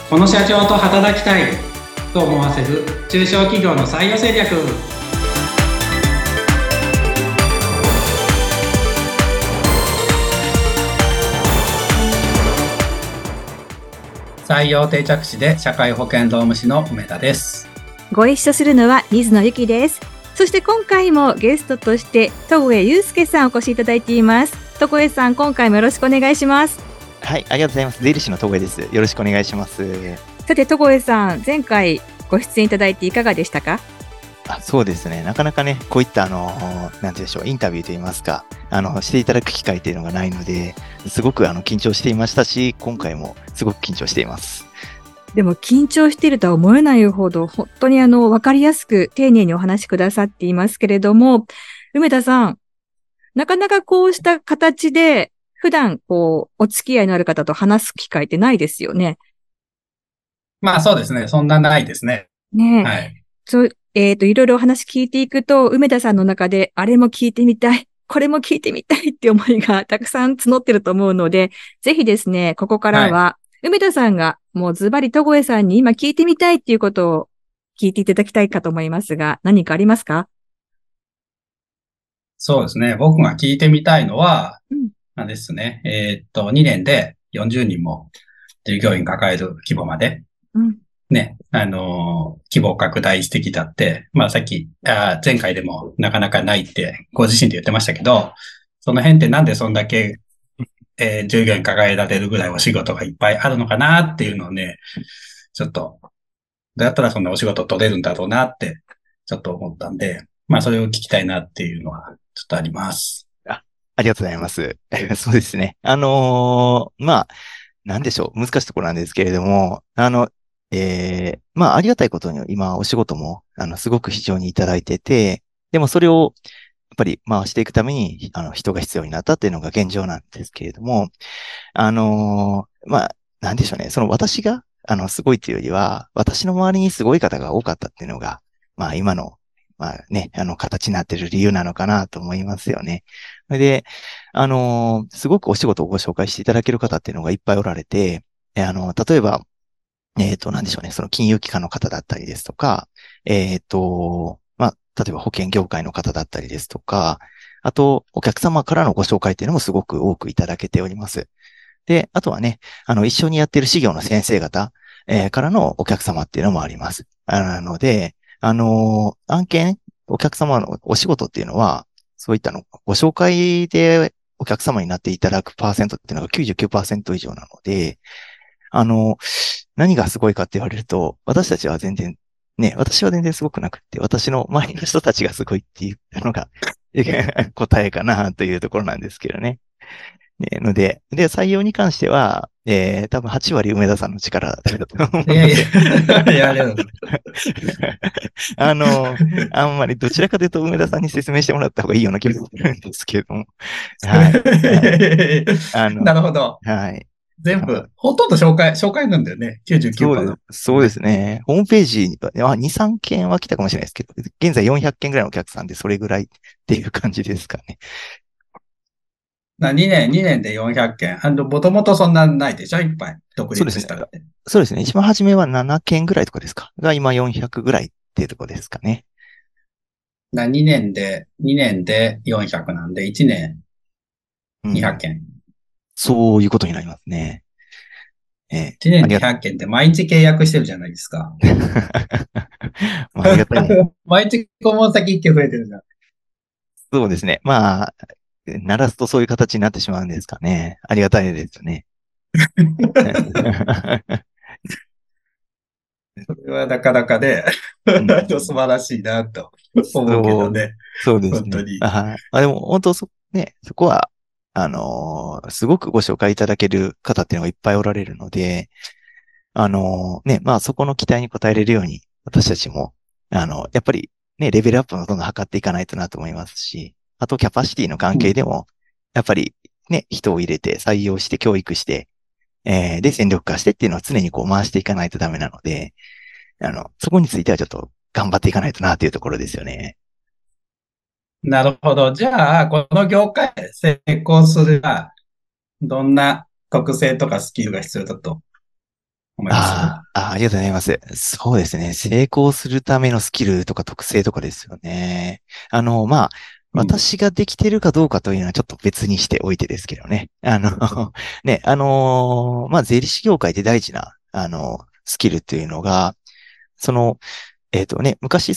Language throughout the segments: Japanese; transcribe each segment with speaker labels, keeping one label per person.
Speaker 1: この社長と働きたいと思わせる中小企業の採用戦略。採用定着士で社会保険労務士の梅田です。
Speaker 2: ご一緒するのは水野ゆきです。そして今回もゲストとして戸越祐介さんお越しいただいています。戸越さん、今回もよろしくお願いします。
Speaker 3: はい、ありがとうございます。税理士の戸越です。よろしくお願いします。
Speaker 2: さて戸越さん、前回ご出演いただいていかがでしたか？
Speaker 3: そうですね。なかなかね、こういったなんて言うんでしょう、インタビューといいますか、していただく機会というのがないので、すごく緊張していましたし、今回もすごく緊張しています。
Speaker 2: でも緊張しているとは思えないほど、本当に分かりやすく丁寧にお話しくださっていますけれども、梅田さん、なかなかこうした形で、普段お付き合いのある方と話す機会ってないですよね。
Speaker 1: まあそうですね。そんなないですね。
Speaker 2: ねえ。
Speaker 1: はい。
Speaker 2: いろいろお話聞いていくと、梅田さんの中で、あれも聞いてみたい、これも聞いてみたいって思いがたくさん募ってると思うので、ぜひですね、ここからは、梅田さんがもうズバリ戸越さんに今聞いてみたいっていうことを聞いていただきたいかと思いますが、何かありますか？
Speaker 1: そうですね。僕が聞いてみたいのは、ですね。2年で40人も従業員抱える規模まで、ね、規模拡大してきたって、まあさっき、前回でもなかなかないってご自身で言ってましたけど、その辺ってなんでそんだけ、従業員抱えられるぐらいお仕事がいっぱいあるのかなっていうのをね、ちょっと、どうやったらそんなお仕事取れるんだろうなって、ちょっと思ったんで、まあそれを聞きたいなっていうのはちょっとあります。
Speaker 3: ありがとうございます。そうですね。まあ、なんでしょう。難しいところなんですけれども、まあ、ありがたいことに今お仕事も、すごく非常にいただいてて、でもそれを、やっぱり回していくために、人が必要になったっていうのが現状なんですけれども、まあ、なんでしょうね。その私が、すごいっていうよりは、私の周りにすごい方が多かったっていうのが、まあ、今の、まあね、形になっている理由なのかなと思いますよね。で、すごくお仕事をご紹介していただける方っていうのがいっぱいおられて、例えば、なんでしょうね、その金融機関の方だったりですとか、まあ、例えば保険業界の方だったりですとか、あと、お客様からのご紹介っていうのもすごく多くいただけております。で、あとはね、一緒にやっている事業の先生方、からのお客様っていうのもあります。なので、案件、お客様のお仕事っていうのは、そういったご紹介でお客様になっていただくパーセントっていうのが99%以上なので、あの、何がすごいかって言われると、私たちは全然、ね、私は全然すごくなくって、私の周りの人たちがすごいっていうのが答えかなというところなんですけどね。ので、採用に関しては、多分8割梅田さんの力だと思うので。
Speaker 1: いやいや、いや、ありがとうござい
Speaker 3: ます。あんまりどちらかというと梅田さんに説明してもらった方がいいような気がするんですけれども。はい。
Speaker 1: なるほど。
Speaker 3: はい。
Speaker 1: 全部、ほとんど紹介なんだよね。99%。
Speaker 3: そうですね。ホームページに2、3件は来たかもしれないですけど、現在400件ぐらいのお客さんでそれぐらいっていう感じですかね。
Speaker 1: 2年で400件。もともとそんなないでしょいっぱい。独
Speaker 3: そうですね。
Speaker 1: 立したって。
Speaker 3: そうですね。一番初めは7件ぐらいとかですか。が今400ぐらいっていうところですかね。
Speaker 1: 2年で400なんで、1年200件。
Speaker 3: そういうことになりますね。
Speaker 1: 1年200件って毎日契約してるじゃないですか。
Speaker 3: ありがたいね。
Speaker 1: 毎日顧問先1件増えてるじゃん。
Speaker 3: そうですね。まあ、鳴らすとそういう形になってしまうんですかね。ありがたいですね。
Speaker 1: それはなかなかね、素晴らしいなと思うけどね。
Speaker 3: そうですね。
Speaker 1: 本当に。
Speaker 3: でも本当ね、そこは、すごくご紹介いただける方っていうのがいっぱいおられるので、ね、まあそこの期待に応えれるように、私たちも、やっぱりね、レベルアップのどんどん測っていかないとなと思いますし、あとキャパシティの関係でも、やっぱりね、人を入れて採用して教育して、で、戦力化してっていうのは常にこう回していかないとダメなので、そこについてはちょっと頑張っていかないとなっていうところですよね。
Speaker 1: なるほど。じゃあ、この業界で成功するには、どんな特性とかスキルが必要だと思います？
Speaker 3: ありがとうございます。そうですね。成功するためのスキルとか特性とかですよね。まあ、
Speaker 1: うん。
Speaker 3: 私ができてるかどうかというのはちょっと別にしておいてですけどね。ね、まあ、税理士業界で大事な、スキルというのが、その、昔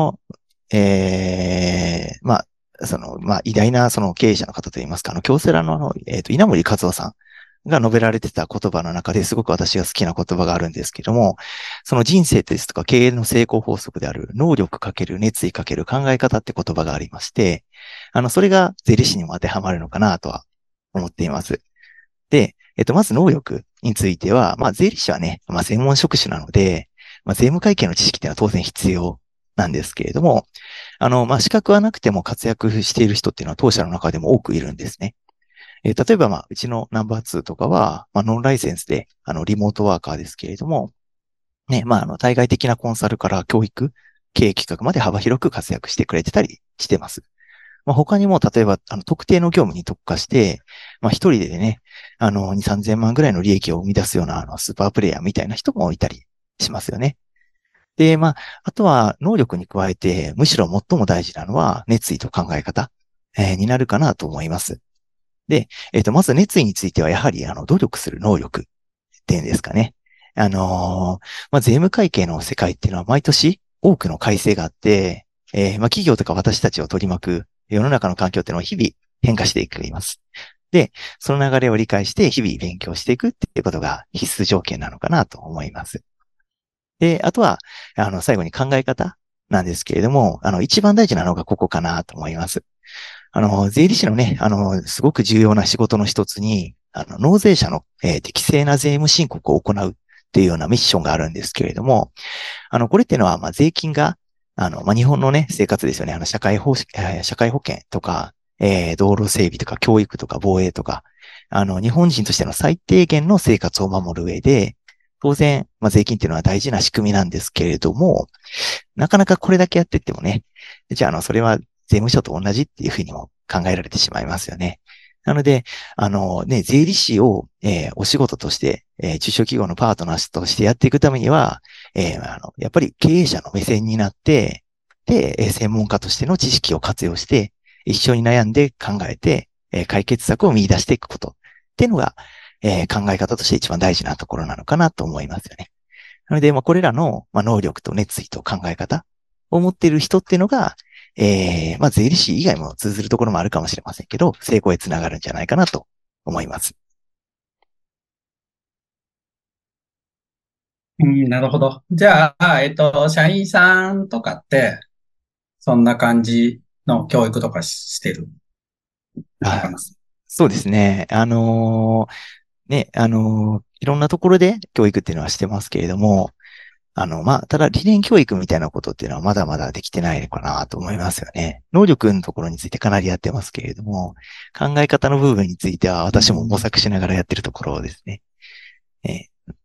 Speaker 3: まあ、まあ、偉大なその経営者の方といいますか、京セラの稲森和夫さんが述べられてた言葉の中ですごく私が好きな言葉があるんですけども、その人生ですとか経営の成功法則である能力かける熱意かける考え方って言葉がありまして、それが税理士にも当てはまるのかなとは思っています。で、まず能力については、まあ、税理士はね、まあ、専門職種なので、まあ、税務会計の知識っていうのは当然必要なんですけれども、まあ、資格はなくても活躍している人っていうのは当社の中でも多くいるんですね。例えば、まあ、うちのナンバー2とかは、まあ、ノンライセンスで、リモートワーカーですけれども、ね、まあ、対外的なコンサルから教育、経営企画まで幅広く活躍してくれてたりしてます。まあ、他にも、例えば、特定の業務に特化して、まあ、一人でね、2、3000万ぐらいの利益を生み出すような、スーパープレイヤーみたいな人もいたりしますよね。で、まあ、あとは、能力に加えて、むしろ最も大事なのは、熱意と考え方、になるかなと思います。で、まず熱意については、やはり、努力する能力っていうんですかね。まあ、税務会計の世界っていうのは、毎年多くの改正があって、まあ、企業とか私たちを取り巻く世の中の環境っていうのは日々変化していきます。で、その流れを理解して日々勉強していくっていうことが必須条件なのかなと思います。で、あとは、最後に考え方なんですけれども、一番大事なのがここかなと思います。税理士のね、すごく重要な仕事の一つに、納税者の、適正な税務申告を行うっていうようなミッションがあるんですけれども、これっていうのは、まあ、税金が、まあ、日本のね、生活ですよね。社会保険とか、道路整備とか、教育とか、防衛とか、日本人としての最低限の生活を守る上で、当然、まあ、税金っていうのは大事な仕組みなんですけれども、なかなかこれだけやってってもね、じゃあ、それは税務署と同じっていうふうにも考えられてしまいますよね。なので、税理士を、お仕事として、中小企業のパートナーとしてやっていくためには、やっぱり経営者の目線になって、で、専門家としての知識を活用して、一緒に悩んで考えて、解決策を見出していくことっていうのが、考え方として一番大事なところなのかなと思いますよね。なので、まあ、これらの、まあ、能力と熱意と考え方を持っている人っていうのが、まあ、税理士以外も通ずるところもあるかもしれませんけど、成功へつながるんじゃないかなと思います。
Speaker 1: うん、なるほど。じゃあ、社員さんとかって、そんな感じの教育とかしてるのか
Speaker 3: あ、
Speaker 1: な？
Speaker 3: そうですね。いろんなところで教育っていうのはしてますけれども、まあ、ただ理念教育みたいなことっていうのはまだまだできてないのかなと思いますよね。能力のところについてかなりやってますけれども、考え方の部分については
Speaker 1: う
Speaker 3: 私も模
Speaker 1: ん。
Speaker 3: 索しながらやってるところですね。え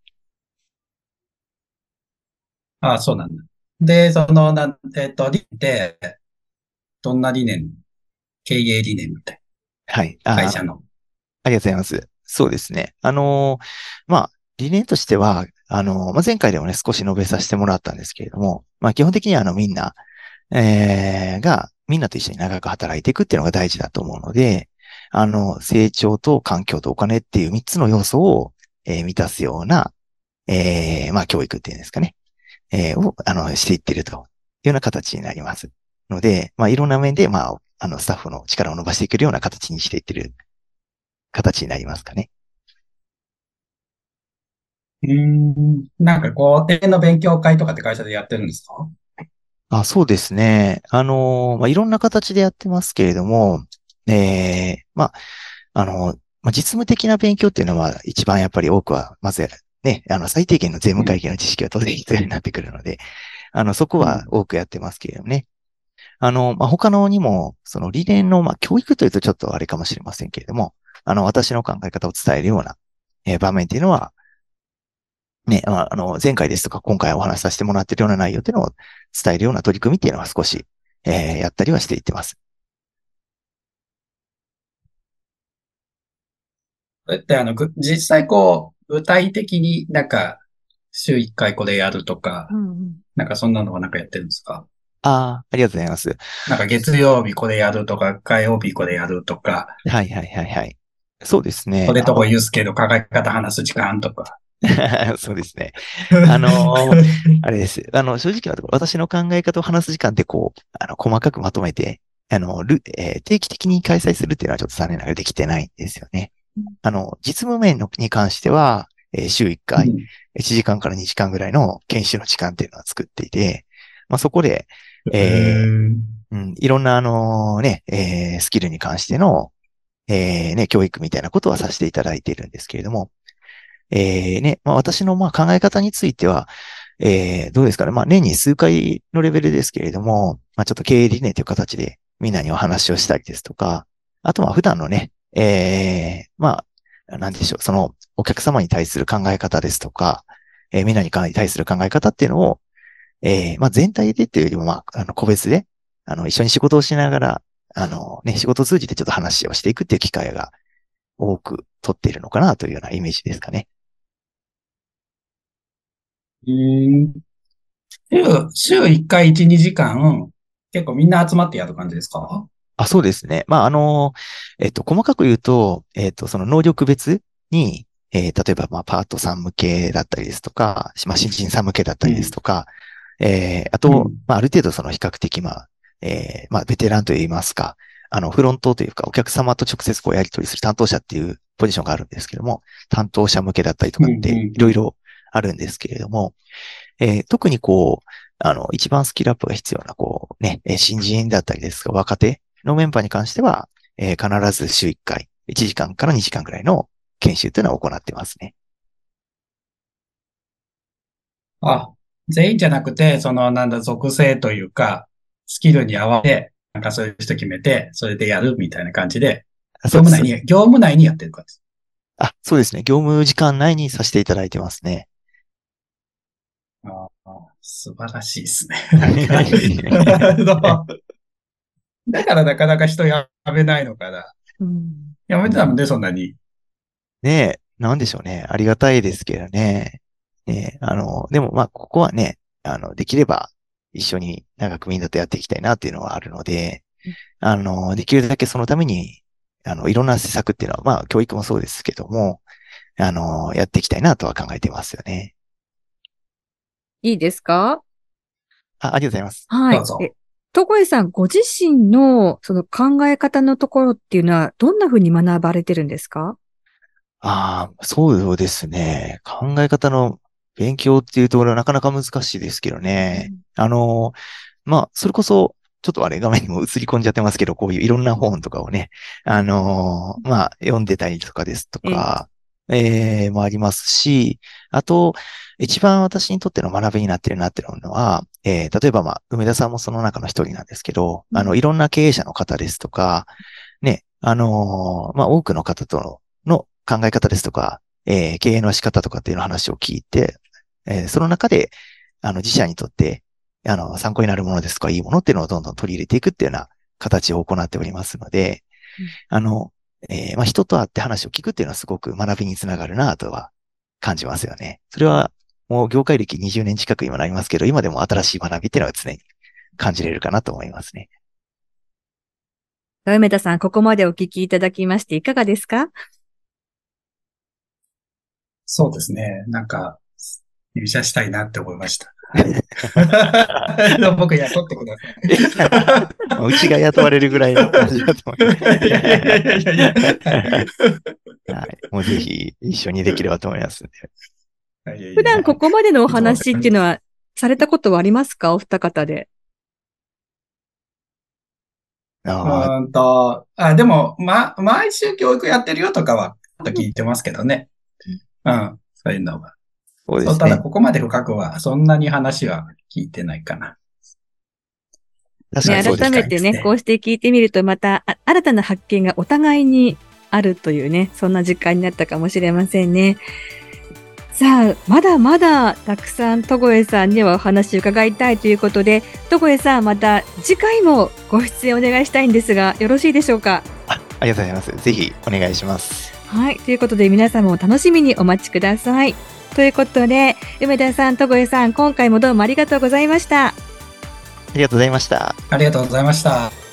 Speaker 1: ああ、そうなんだ。で、その、理念って、どんな理念？経営理念みたい
Speaker 3: はい。
Speaker 1: な。会社の。
Speaker 3: ありがとうございます。そうですね。まあ、理念としては、まあ、前回でもね、少し述べさせてもらったんですけれども、まあ、基本的にはみんな、みんなと一緒に長く働いていくっていうのが大事だと思うので、成長と環境とお金っていう3つの要素を、満たすような、まあ、教育っていうんですかね、していってるというような形になります。ので、まあ、いろんな面で、まあ、スタッフの力を伸ばしていけるような形にしていってる形になりますかね。
Speaker 1: なんかこう、定の勉強会とかって会社でやってるんですか？
Speaker 3: そうですね。まあ、いろんな形でやってますけれども、まあ、まあ、実務的な勉強っていうのは一番やっぱり多くは、まずね、最低限の税務
Speaker 1: うん。
Speaker 3: 会計の知識は当然必要になってくるので、そこ
Speaker 1: うん。
Speaker 3: は多くやってますけれどもね。まあ、他のにも、その理念の、まあ、教育というとちょっとあれかもしれませんけれども、私の考え方を伝えるような、場面っていうのは、ね、前回ですとか今回お話しさせてもらっているような内容っていうのを伝えるような取り組みっていうのは少し、やったりはしていってます。
Speaker 1: それって実際こう、具体的になんか、 週1回これやるとか、なんかそんなのはなんかやってるんですか？
Speaker 3: ありがとうございます。
Speaker 1: なんか月曜日これやるとか、火曜日これやるとか。
Speaker 3: はいはいはいはい。そうですね。
Speaker 1: それとこユースケの考え方話す時間とか。
Speaker 3: そうですね。あれです。正直なところ、私の考え方を話す時間って細かくまとめて、定期的に開催するっていうのはちょっと残念ながらできてないんですよね。実務面に関しては、週1回、1時間から2時間ぐらいの研修の時間っていうのは作っていて、まあ、そこで、いろんなスキルに関しての、教育みたいなことはさせていただいているんですけれども、まあ、私の考え方については、どうですかね。まあ、年に数回のレベルですけれども、まあ、ちょっと経営理念という形でみんなにお話をしたりですとか、あとは普段のね、まあ、なんでしょう、そのお客様に対する考え方ですとか、みんなに対する考え方っていうのを、まあ、全体でっていうよりも、まあ、個別で、一緒に仕事をしながら、仕事を通じてちょっと話をしていくっていう機会が多く取っているのかなというようなイメージですかね。
Speaker 1: 週1回1、2時間、結構みんな集まってやる感じですか？
Speaker 3: そうですね。まあ、細かく言うと、その能力別に、例えば、まあ、パートさん向けだったりですとか、まあ、新人さん向けだったりですとか、あと、まあ、ある程度その比較的、まあ、まあ、ベテランといいますか、フロントというか、お客様と直接やり取りする担当者っていうポジションがあるんですけども、担当者向けだったりとかっていろいろあるんですけれども、特に一番スキルアップが必要な、新人だったりですとか、若手のメンバーに関しては、必ず週1回、1時間から2時間ぐらいの研修というのを行ってますね。
Speaker 1: 全員じゃなくて、属性というか、スキルに合わせて、なんかそういう人決めて、それでやるみたいな感じで、業務内にやってる感じです。
Speaker 3: そうですね。業務時間内にさせていただいてますね。
Speaker 1: 素晴らしいですね。だからなかなか人やめないのかな。やめてたもんね、そんなに。
Speaker 3: ねえ、なんでしょうね。ありがたいですけどね。でもまあ、ここはね、できれば一緒に長くみんなとやっていきたいなっていうのはあるので、できるだけそのために、いろんな施策っていうのは、まあ、教育もそうですけども、やっていきたいなとは考えてますよね。
Speaker 2: いいですか？
Speaker 3: ありがとうございます。
Speaker 2: はい。
Speaker 1: どうぞ。
Speaker 2: 戸越さん、ご自身のその考え方のところっていうのは、どんなふうに学ばれてるんですか？
Speaker 3: そうですね。考え方の勉強っていうところはなかなか難しいですけどね。まあ、それこそ、ちょっと画面にも映り込んじゃってますけど、こういういろんな本とかをね、まあ、読んでたりとかですとか、もありますし、あと、一番私にとっての学びになってるなっていうのは、例えばまあ、梅田さんもその中の一人なんですけど、いろんな経営者の方ですとか、ね、まあ、多くの方との考え方ですとか、経営の仕方とかっていうの話を聞いて、その中で、自社にとって、参考になるものですとか、いいものっていうのをどんどん取り入れていくっていうような形を行っておりますので、まあ、人と会って話を聞くっていうのはすごく学びにつながるなとは感じますよね。それは、もう業界歴20年近く今なりますけど、今でも新しい学びっていうのは常に感じれるかなと思いますね。
Speaker 2: 梅田さん、ここまでお聞きいただきましていかがですか？
Speaker 1: そうですね。なんか、入社したいなって思いました。僕雇ってくださ
Speaker 3: い。うちが雇われるぐらいの感じだと思います。はい。もうぜひ一緒にできればと思いますん
Speaker 2: で。普段ここまでのお話っていうのはされたことはありますか？お二方で。
Speaker 1: でも、毎週教育やってるよとかは、聞いてますけどね。そういうのは。
Speaker 3: そうですね。
Speaker 1: ただ、ここまで深くは、そんなに話は聞いてないかな。
Speaker 3: 確かにそうです
Speaker 2: ね。改めてね、こうして聞いてみると、また、新たな発見がお互いにあるというね、そんな時間になったかもしれませんね。さあ、まだまだたくさん戸越さんにはお話を伺いたいということで、戸越さん、また次回もご出演お願いしたいんですが、よろしいでしょうか？
Speaker 3: ありがとうございます。ぜひお願いします。
Speaker 2: はい。ということで皆さんも楽しみにお待ちください。ということで、梅田さん、戸越さん、今回もどうもありがとうございました。
Speaker 3: ありがとうございました。
Speaker 1: ありがとうございました。